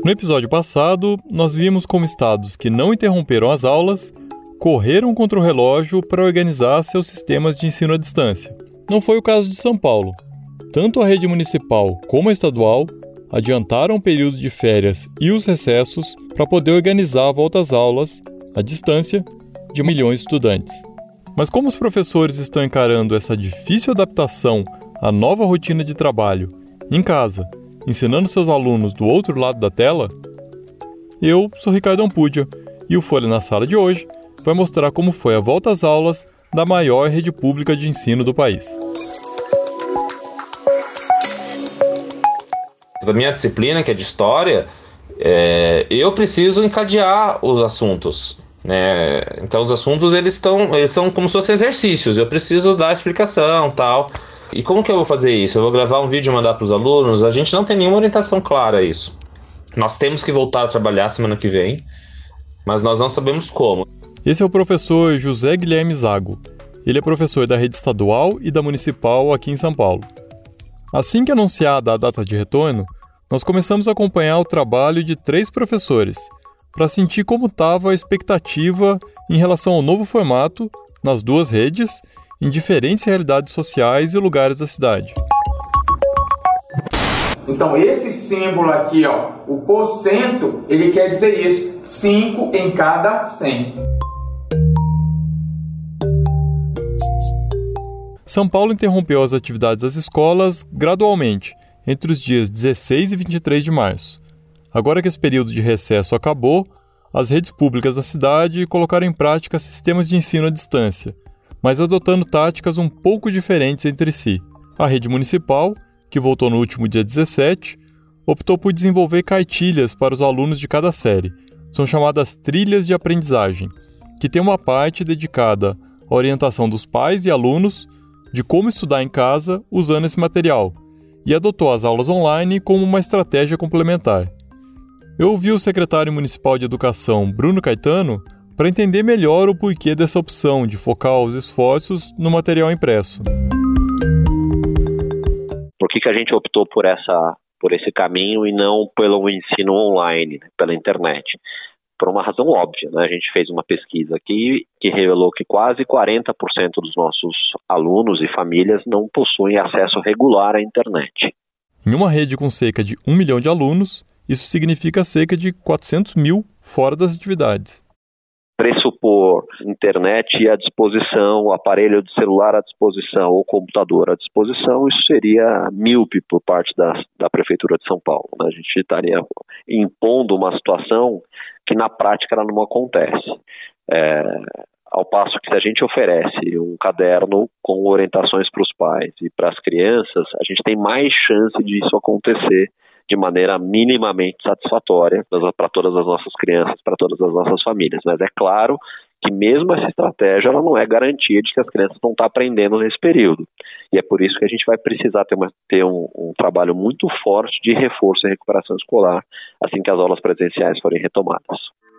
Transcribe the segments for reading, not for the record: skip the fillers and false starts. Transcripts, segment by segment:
No episódio passado, nós vimos como estados que não interromperam as aulas correram contra o relógio para organizar seus sistemas de ensino à distância. Não foi o caso de São Paulo. Tanto a rede municipal como a estadual adiantaram o período de férias e os recessos para poder organizar a volta às aulas, à distância, de milhões de estudantes. Mas como os professores estão encarando essa difícil adaptação à nova rotina de trabalho em casa, ensinando seus alunos do outro lado da tela? Eu sou Ricardo Ampudia e o Folha na Sala de hoje vai mostrar como foi a volta às aulas da maior rede pública de ensino do país. Da minha disciplina, que é de História, eu preciso encadear os assuntos, né? Então os assuntos eles são como se fossem exercícios, eu preciso dar explicação e tal. E como que eu vou fazer isso? Eu vou gravar um vídeo e mandar para os alunos? A gente não tem nenhuma orientação clara a isso. Nós temos que voltar a trabalhar semana que vem, mas nós não sabemos como. Esse é o professor José Guilherme Zago. Ele é professor da rede estadual e da municipal aqui em São Paulo. Assim que anunciada a data de retorno, nós começamos a acompanhar o trabalho de 3 professores, para sentir como estava a expectativa em relação ao novo formato nas 2 redes, em diferentes realidades sociais e lugares da cidade. Então esse símbolo aqui, ó, o porcento, ele quer dizer isso, 5 em cada 100. São Paulo interrompeu as atividades das escolas gradualmente, entre os dias 16 e 23 de março. Agora que esse período de recesso acabou, as redes públicas da cidade colocaram em prática sistemas de ensino à distância, mas adotando táticas um pouco diferentes entre si. A rede municipal, que voltou no último dia 17, optou por desenvolver cartilhas para os alunos de cada série. São chamadas trilhas de aprendizagem, que tem uma parte dedicada à orientação dos pais e alunos de como estudar em casa usando esse material, e adotou as aulas online como uma estratégia complementar. Eu ouvi o secretário municipal de Educação, Bruno Caetano, para entender melhor o porquê dessa opção de focar os esforços no material impresso. Por que a gente optou por esse caminho e não pelo ensino online, pela internet? Por uma razão óbvia, né? A gente fez uma pesquisa aqui que revelou que quase 40% dos nossos alunos e famílias não possuem acesso regular à internet. Em uma rede com cerca de 1 milhão de alunos, isso significa cerca de 400 mil fora das atividades. Pressupor internet à disposição, aparelho de celular à disposição ou computador à disposição, isso seria míope por parte da Prefeitura de São Paulo, né? A gente estaria impondo uma situação que na prática ela não acontece. Ao passo que se a gente oferece um caderno com orientações para os pais e para as crianças, a gente tem mais chance disso acontecer de maneira minimamente satisfatória para todas as nossas crianças, para todas as nossas famílias. Mas é claro que mesmo essa estratégia ela não é garantia de que as crianças vão estar aprendendo nesse período. E é por isso que a gente vai precisar ter um trabalho muito forte de reforço e recuperação escolar assim que as aulas presenciais forem retomadas.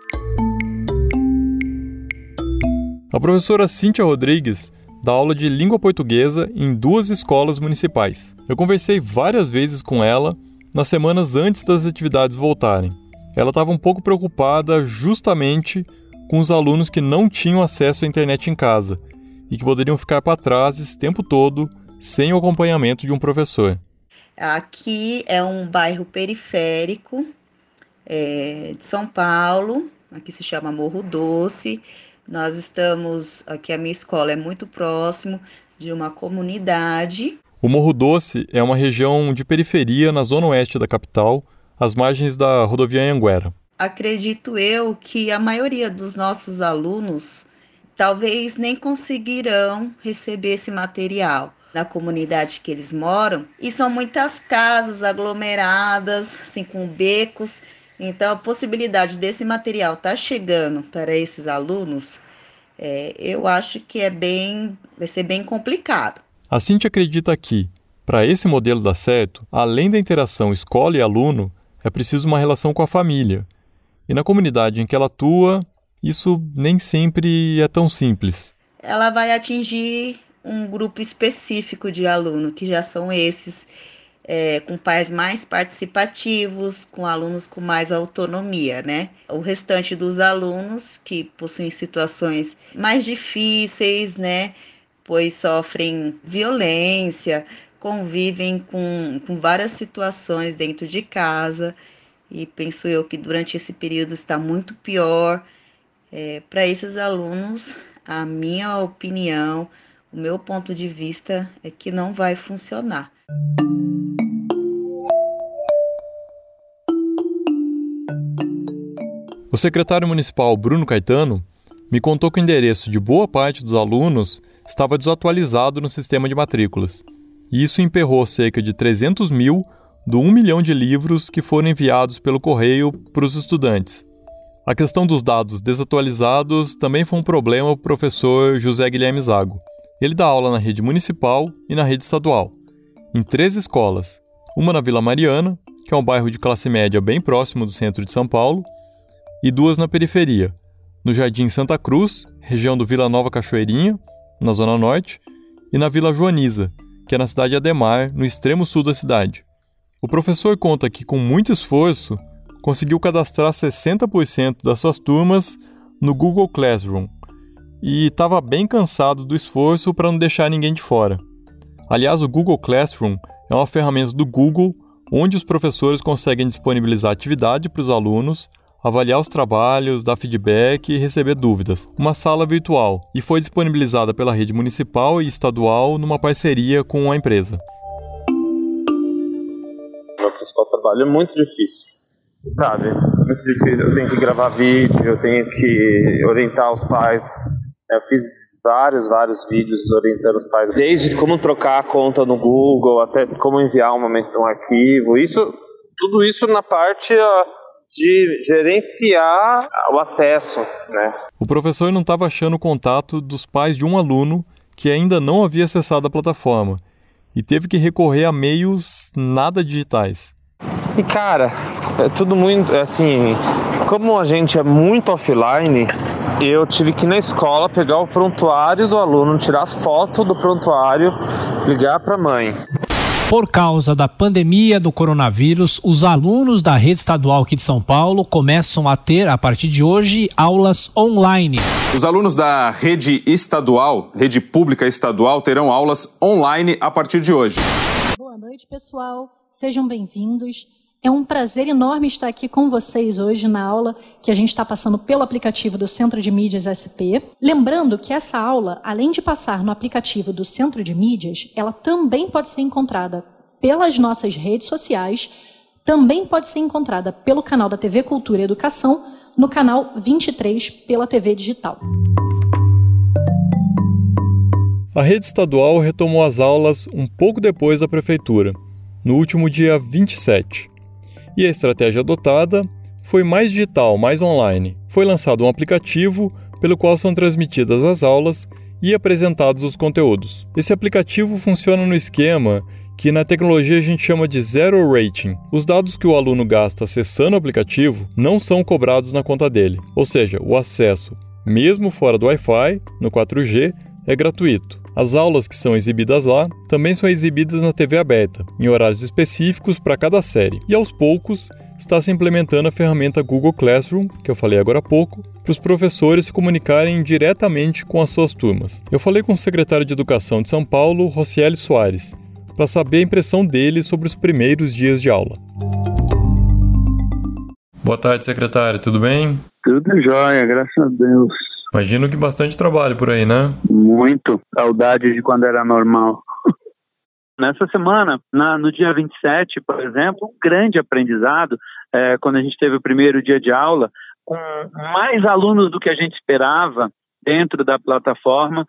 A professora Cíntia Rodrigues dá aula de língua portuguesa em 2 escolas municipais. Eu conversei várias vezes com ela nas semanas antes das atividades voltarem. Ela estava um pouco preocupada justamente com os alunos que não tinham acesso à internet em casa e que poderiam ficar para trás esse tempo todo sem o acompanhamento de um professor. Aqui é um bairro periférico de São Paulo, aqui se chama Morro Doce. Nós estamos, aqui a minha escola é muito próximo de uma comunidade. O Morro Doce é uma região de periferia na zona oeste da capital, às margens da rodovia Anhanguera. Acredito eu que a maioria dos nossos alunos talvez nem conseguirão receber esse material na comunidade que eles moram. E são muitas casas aglomeradas, assim, com becos. Então, a possibilidade desse material estar chegando para esses alunos, eu acho que vai ser bem complicado. A Cíntia acredita que, para esse modelo dar certo, além da interação escola e aluno, é preciso uma relação com a família. E na comunidade em que ela atua, isso nem sempre é tão simples. Ela vai atingir um grupo específico de aluno, que já são esses com pais mais participativos, com alunos com mais autonomia, né? O restante dos alunos que possuem situações mais difíceis, né? Pois sofrem violência, convivem com várias situações dentro de casa, e penso eu que durante esse período está muito pior. Para esses alunos, a minha opinião, o meu ponto de vista é que não vai funcionar. O secretário municipal Bruno Caetano me contou que o endereço de boa parte dos alunos estava desatualizado no sistema de matrículas, e isso emperrou cerca de 300 mil do 1 milhão de livros que foram enviados pelo correio para os estudantes. A questão dos dados desatualizados também foi um problema para o professor José Guilherme Zago. Ele dá aula na rede municipal e na rede estadual, em 3 escolas, uma na Vila Mariana, que é um bairro de classe média bem próximo do centro de São Paulo, e 2 na periferia, no Jardim Santa Cruz, região do Vila Nova Cachoeirinha, na Zona Norte, e na Vila Joaniza, que é na cidade Ademar, no extremo sul da cidade. O professor conta que, com muito esforço, conseguiu cadastrar 60% das suas turmas no Google Classroom e estava bem cansado do esforço para não deixar ninguém de fora. Aliás, o Google Classroom é uma ferramenta do Google onde os professores conseguem disponibilizar atividade para os alunos, avaliar os trabalhos, dar feedback e receber dúvidas. Uma sala virtual, e foi disponibilizada pela rede municipal e estadual numa parceria com a empresa. Meu principal trabalho é muito difícil, sabe? Muito difícil. Eu tenho que gravar vídeo, eu tenho que orientar os pais. Eu fiz vários vídeos orientando os pais, desde como trocar a conta no Google até como enviar um arquivo. Tudo isso na parte de gerenciar o acesso, né? O professor não estava achando o contato dos pais de um aluno que ainda não havia acessado a plataforma e teve que recorrer a meios nada digitais. E cara, é tudo muito, assim, como a gente é muito offline, eu tive que ir na escola pegar o prontuário do aluno, tirar foto do prontuário, ligar para a mãe. Por causa da pandemia do coronavírus, os alunos da rede estadual aqui de São Paulo começam a ter, a partir de hoje, aulas online. Os alunos da rede estadual, rede pública estadual, terão aulas online a partir de hoje. Boa noite, pessoal. Sejam bem-vindos. É um prazer enorme estar aqui com vocês hoje na aula que a gente está passando pelo aplicativo do Centro de Mídias SP. Lembrando que essa aula, além de passar no aplicativo do Centro de Mídias, ela também pode ser encontrada pelas nossas redes sociais, também pode ser encontrada pelo canal da TV Cultura e Educação, no canal 23 pela TV Digital. A rede estadual retomou as aulas um pouco depois da prefeitura, no último dia 27. E a estratégia adotada foi mais digital, mais online. Foi lançado um aplicativo pelo qual são transmitidas as aulas e apresentados os conteúdos. Esse aplicativo funciona no esquema que na tecnologia a gente chama de Zero Rating. Os dados que o aluno gasta acessando o aplicativo não são cobrados na conta dele. Ou seja, o acesso, mesmo fora do Wi-Fi, no 4G, é gratuito. As aulas que são exibidas lá também são exibidas na TV aberta, em horários específicos para cada série. E aos poucos, está se implementando a ferramenta Google Classroom, que eu falei agora há pouco, para os professores se comunicarem diretamente com as suas turmas. Eu falei com o secretário de Educação de São Paulo, Rocieli Soares, para saber a impressão dele sobre os primeiros dias de aula. Boa tarde, secretário. Tudo bem? Tudo jóia, graças a Deus. Imagino que bastante trabalho por aí, né? Muito. Saudade de quando era normal. Nessa semana, no dia 27, por exemplo, um grande aprendizado, quando a gente teve o primeiro dia de aula, com mais alunos do que a gente esperava dentro da plataforma.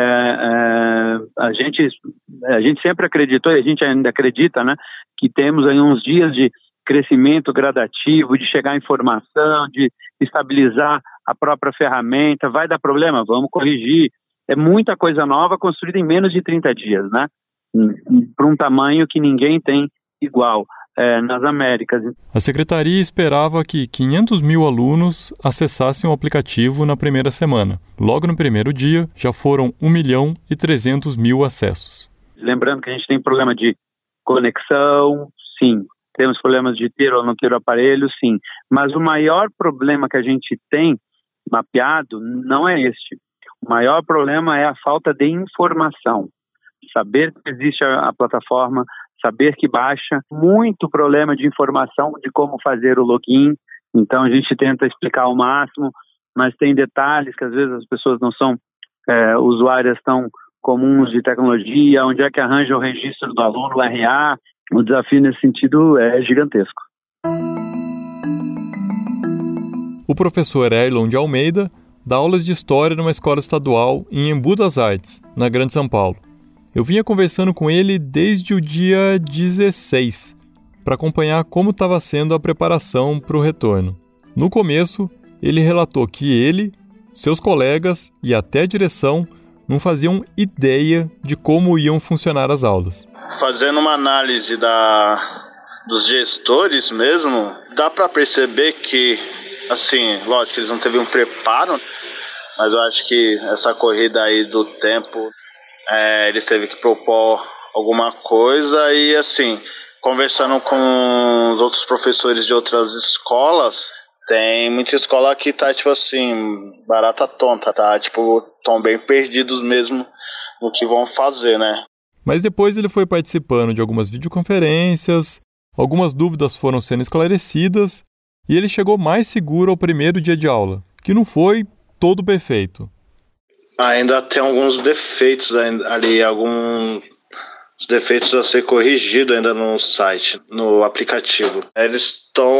A gente sempre acreditou, e a gente ainda acredita, né, que temos aí uns dias de crescimento gradativo, de chegar à informação, de estabilizar a própria ferramenta. Vai dar problema? Vamos corrigir. É muita coisa nova construída em menos de 30 dias, né? Para um tamanho que ninguém tem igual nas Américas. A Secretaria esperava que 500 mil alunos acessassem o aplicativo na primeira semana. Logo no primeiro dia, já foram 1.300.000 acessos. Lembrando que a gente tem problema de conexão, sim. Temos problemas de ter ou não ter o aparelho, sim. Mas o maior problema que a gente tem mapeado não é este. O maior problema é a falta de informação. Saber que existe a plataforma, saber que baixa, muito problema de informação de como fazer o login. Então a gente tenta explicar ao máximo, mas tem detalhes que às vezes as pessoas não são usuárias tão comuns de tecnologia, onde é que arranja o registro do aluno, o RA. O desafio nesse sentido é gigantesco. O professor Erlon de Almeida dá aulas de História numa escola estadual em Embu das Artes, na Grande São Paulo. Eu vinha conversando com ele desde o dia 16, para acompanhar como estava sendo a preparação para o retorno. No começo, ele relatou que ele, seus colegas e até a direção não faziam ideia de como iam funcionar as aulas. Fazendo uma análise dos gestores mesmo, dá para perceber que, assim, lógico que eles não teve um preparo, mas eu acho que essa corrida aí do tempo, eles teve que propor alguma coisa e, assim, conversando com os outros professores de outras escolas, tem muita escola que tá, tipo assim, barata tonta, tá? Tipo, tão bem perdidos mesmo no que vão fazer, né? Mas depois ele foi participando de algumas videoconferências, algumas dúvidas foram sendo esclarecidas e ele chegou mais seguro ao primeiro dia de aula, que não foi todo perfeito. Ainda tem alguns defeitos ali, alguns defeitos a ser corrigido ainda no site, no aplicativo. Eles estão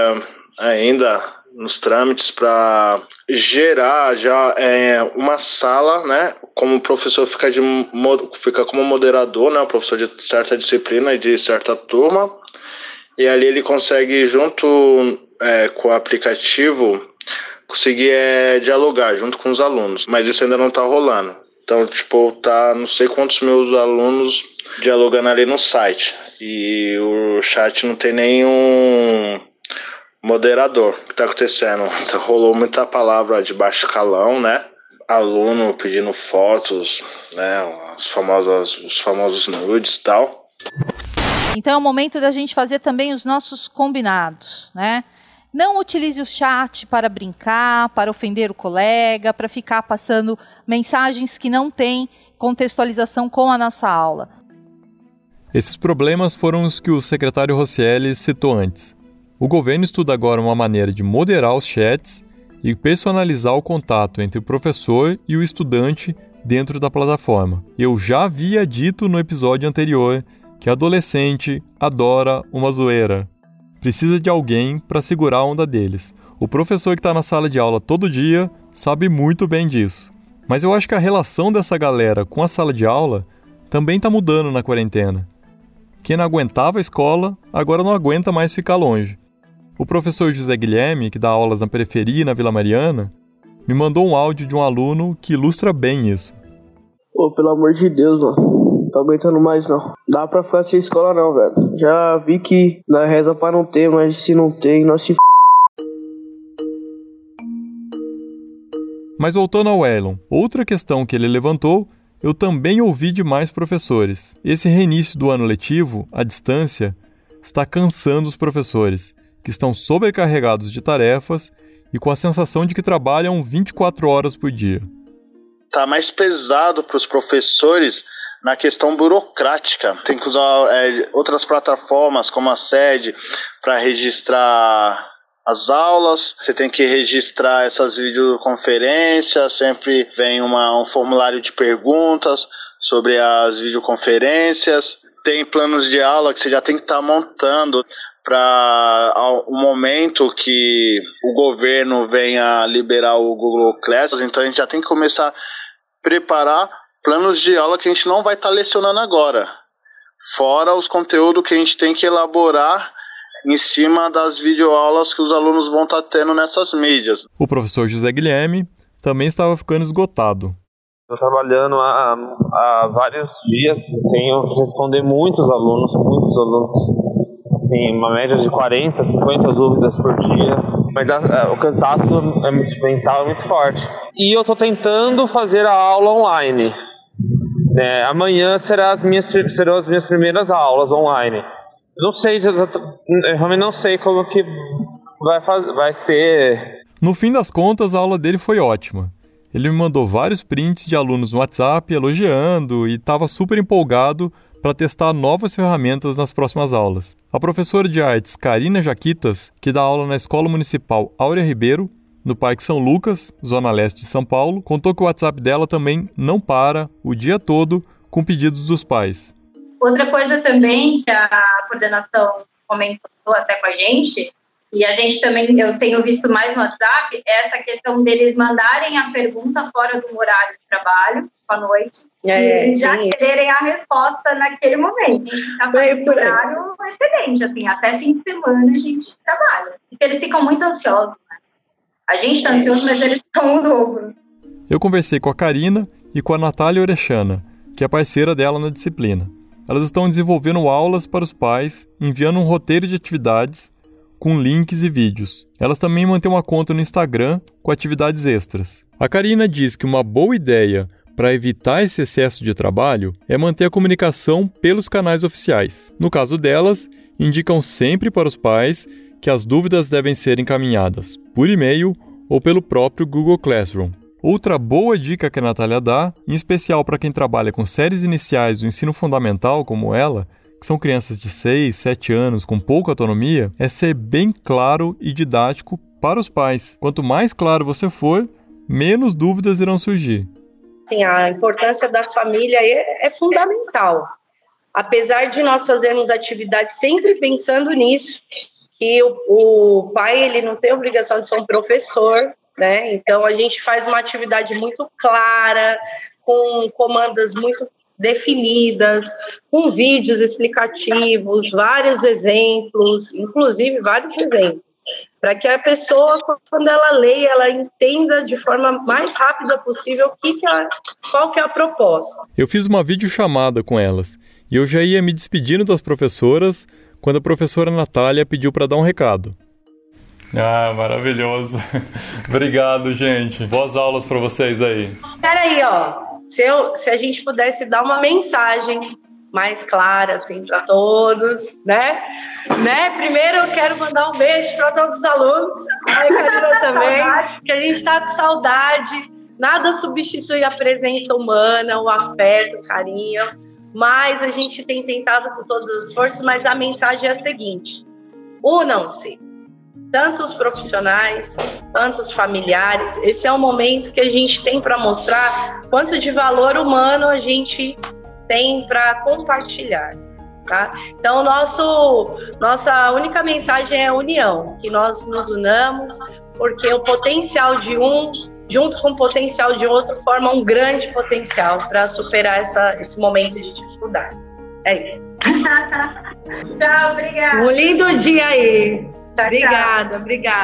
ainda nos trâmites para gerar já uma sala, né? Como o professor fica como moderador, né? O professor de certa disciplina e de certa turma. E ali ele consegue, junto com o aplicativo, conseguir dialogar junto com os alunos. Mas isso ainda não está rolando. Então, tipo, tá não sei quantos meus alunos dialogando ali no site. E o chat não tem nenhum moderador. O que está acontecendo? Rolou muita palavra de baixo calão, né? Aluno pedindo fotos, né? Os famosos nudes e tal. Então é o momento da gente fazer também os nossos combinados, né? Não utilize o chat para brincar, para ofender o colega, para ficar passando mensagens que não têm contextualização com a nossa aula. Esses problemas foram os que o secretário Roscielli citou antes. O governo estuda agora uma maneira de moderar os chats e personalizar o contato entre o professor e o estudante dentro da plataforma. Eu já havia dito no episódio anterior que adolescente adora uma zoeira. Precisa de alguém para segurar a onda deles. O professor que está na sala de aula todo dia sabe muito bem disso. Mas eu acho que a relação dessa galera com a sala de aula também está mudando na quarentena. Quem não aguentava a escola, agora não aguenta mais ficar longe. O professor José Guilherme, que dá aulas na periferia e na Vila Mariana, me mandou um áudio de um aluno que ilustra bem isso. Pelo amor de Deus, mano. Não tô aguentando mais, não. Dá pra ficar sem escola, não, velho. Já vi que nós reza pra não ter, mas se não tem, nós se Mas voltando ao Erlon, outra questão que ele levantou, eu também ouvi de mais professores. Esse reinício do ano letivo, à distância, está cansando os professores, que estão sobrecarregados de tarefas e com a sensação de que trabalham 24 horas por dia. Tá mais pesado para os professores na questão burocrática. Tem que usar outras plataformas como a SED para registrar as aulas. Você tem que registrar essas videoconferências. Sempre vem um formulário de perguntas sobre as videoconferências. Tem planos de aula que você já tem que estar montando para o momento que o governo venha liberar o Google Classroom. Então a gente já tem que começar a preparar planos de aula que a gente não vai estar lecionando agora, fora os conteúdos que a gente tem que elaborar em cima das videoaulas que os alunos vão estar tendo nessas mídias. O professor José Guilherme também estava ficando esgotado. Estou trabalhando há vários dias, tenho que responder muitos alunos, assim, uma média de 40, 50 dúvidas por dia, mas o cansaço mental é muito forte. E eu estou tentando fazer a aula online. Amanhã serão as minhas primeiras aulas online. Não sei, eu realmente não sei como que vai ser. No fim das contas, a aula dele foi ótima. Ele me mandou vários prints de alunos no WhatsApp elogiando e estava super empolgado para testar novas ferramentas nas próximas aulas. A professora de artes Karina Jaquitas, que dá aula na Escola Municipal Áurea Ribeiro, no Parque São Lucas, zona leste de São Paulo, contou que o WhatsApp dela também não para o dia todo com pedidos dos pais. Outra coisa também que a coordenação comentou até com a gente, e a gente também, eu tenho visto mais no WhatsApp, é essa questão deles mandarem a pergunta fora do horário de trabalho, à noite, e já quererem a resposta naquele momento. A gente está fazendo um horário excelente, assim, até fim de semana a gente trabalha. Porque eles ficam muito ansiosos, né? A gente está ansioso, mas eles ficam um dobro. Eu conversei com a Karina e com a Natália Orechana, que é parceira dela na disciplina. Elas estão desenvolvendo aulas para os pais, enviando um roteiro de atividades com links e vídeos. Elas também mantêm uma conta no Instagram com atividades extras. A Karina diz que uma boa ideia para evitar esse excesso de trabalho é manter a comunicação pelos canais oficiais. No caso delas, indicam sempre para os pais que as dúvidas devem ser encaminhadas por e-mail ou pelo próprio Google Classroom. Outra boa dica que a Natália dá, em especial para quem trabalha com séries iniciais do ensino fundamental como ela, que são crianças de 6, 7 anos com pouca autonomia, é ser bem claro e didático para os pais. Quanto mais claro você for, menos dúvidas irão surgir. Sim, a importância da família é fundamental. Apesar de nós fazermos atividades sempre pensando nisso, que o pai ele não tem a obrigação de ser um professor, né? Então a gente faz uma atividade muito clara, com comandas muito definidas, com vídeos explicativos, vários exemplos, inclusive vários exemplos, para que a pessoa, quando ela lê, ela entenda de forma mais rápida possível qual que é a proposta. Eu fiz uma videochamada com elas e eu já ia me despedindo das professoras quando a professora Natália pediu para dar um recado. Ah, maravilhoso. Obrigado, gente. Boas aulas para vocês aí. Peraí, ó. Se a gente pudesse dar uma mensagem mais clara, assim, para todos, né? Primeiro eu quero mandar um beijo para todos os alunos, a Karina também, que a gente está com saudade. Nada substitui a presença humana, o afeto, o carinho, mas a gente tem tentado com todos os esforços, mas a mensagem é a seguinte: unam-se. Tanto os profissionais, quanto os familiares. Esse é um momento que a gente tem para mostrar quanto de valor humano a gente tem para compartilhar, tá? Então, nossa única mensagem é a união, que nós nos unamos, porque o potencial de um, junto com o potencial de outro, forma um grande potencial para superar esse momento de dificuldade. É isso. Tchau, obrigada. Um lindo dia aí. Tchau, obrigada.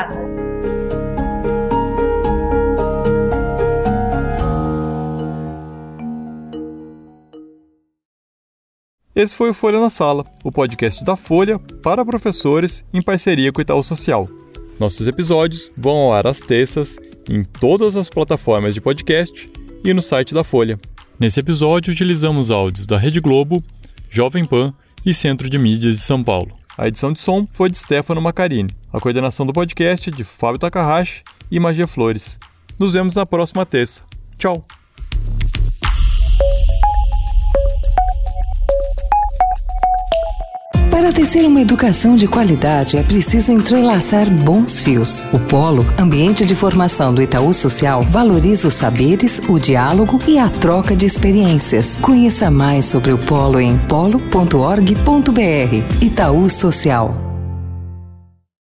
Esse foi o Folha na Sala, o podcast da Folha para professores em parceria com o Itaú Social. Nossos episódios vão ao ar às terças em todas as plataformas de podcast e no site da Folha. Nesse episódio utilizamos áudios da Rede Globo, Jovem Pan e Centro de Mídias de São Paulo. A edição de som foi de Stefano Macarini. A coordenação do podcast é de Fábio Takahashi e Magia Flores. Nos vemos na próxima terça. Tchau! Para tecer uma educação de qualidade, é preciso entrelaçar bons fios. O Polo, ambiente de formação do Itaú Social, valoriza os saberes, o diálogo e a troca de experiências. Conheça mais sobre o Polo em polo.org.br. Itaú Social.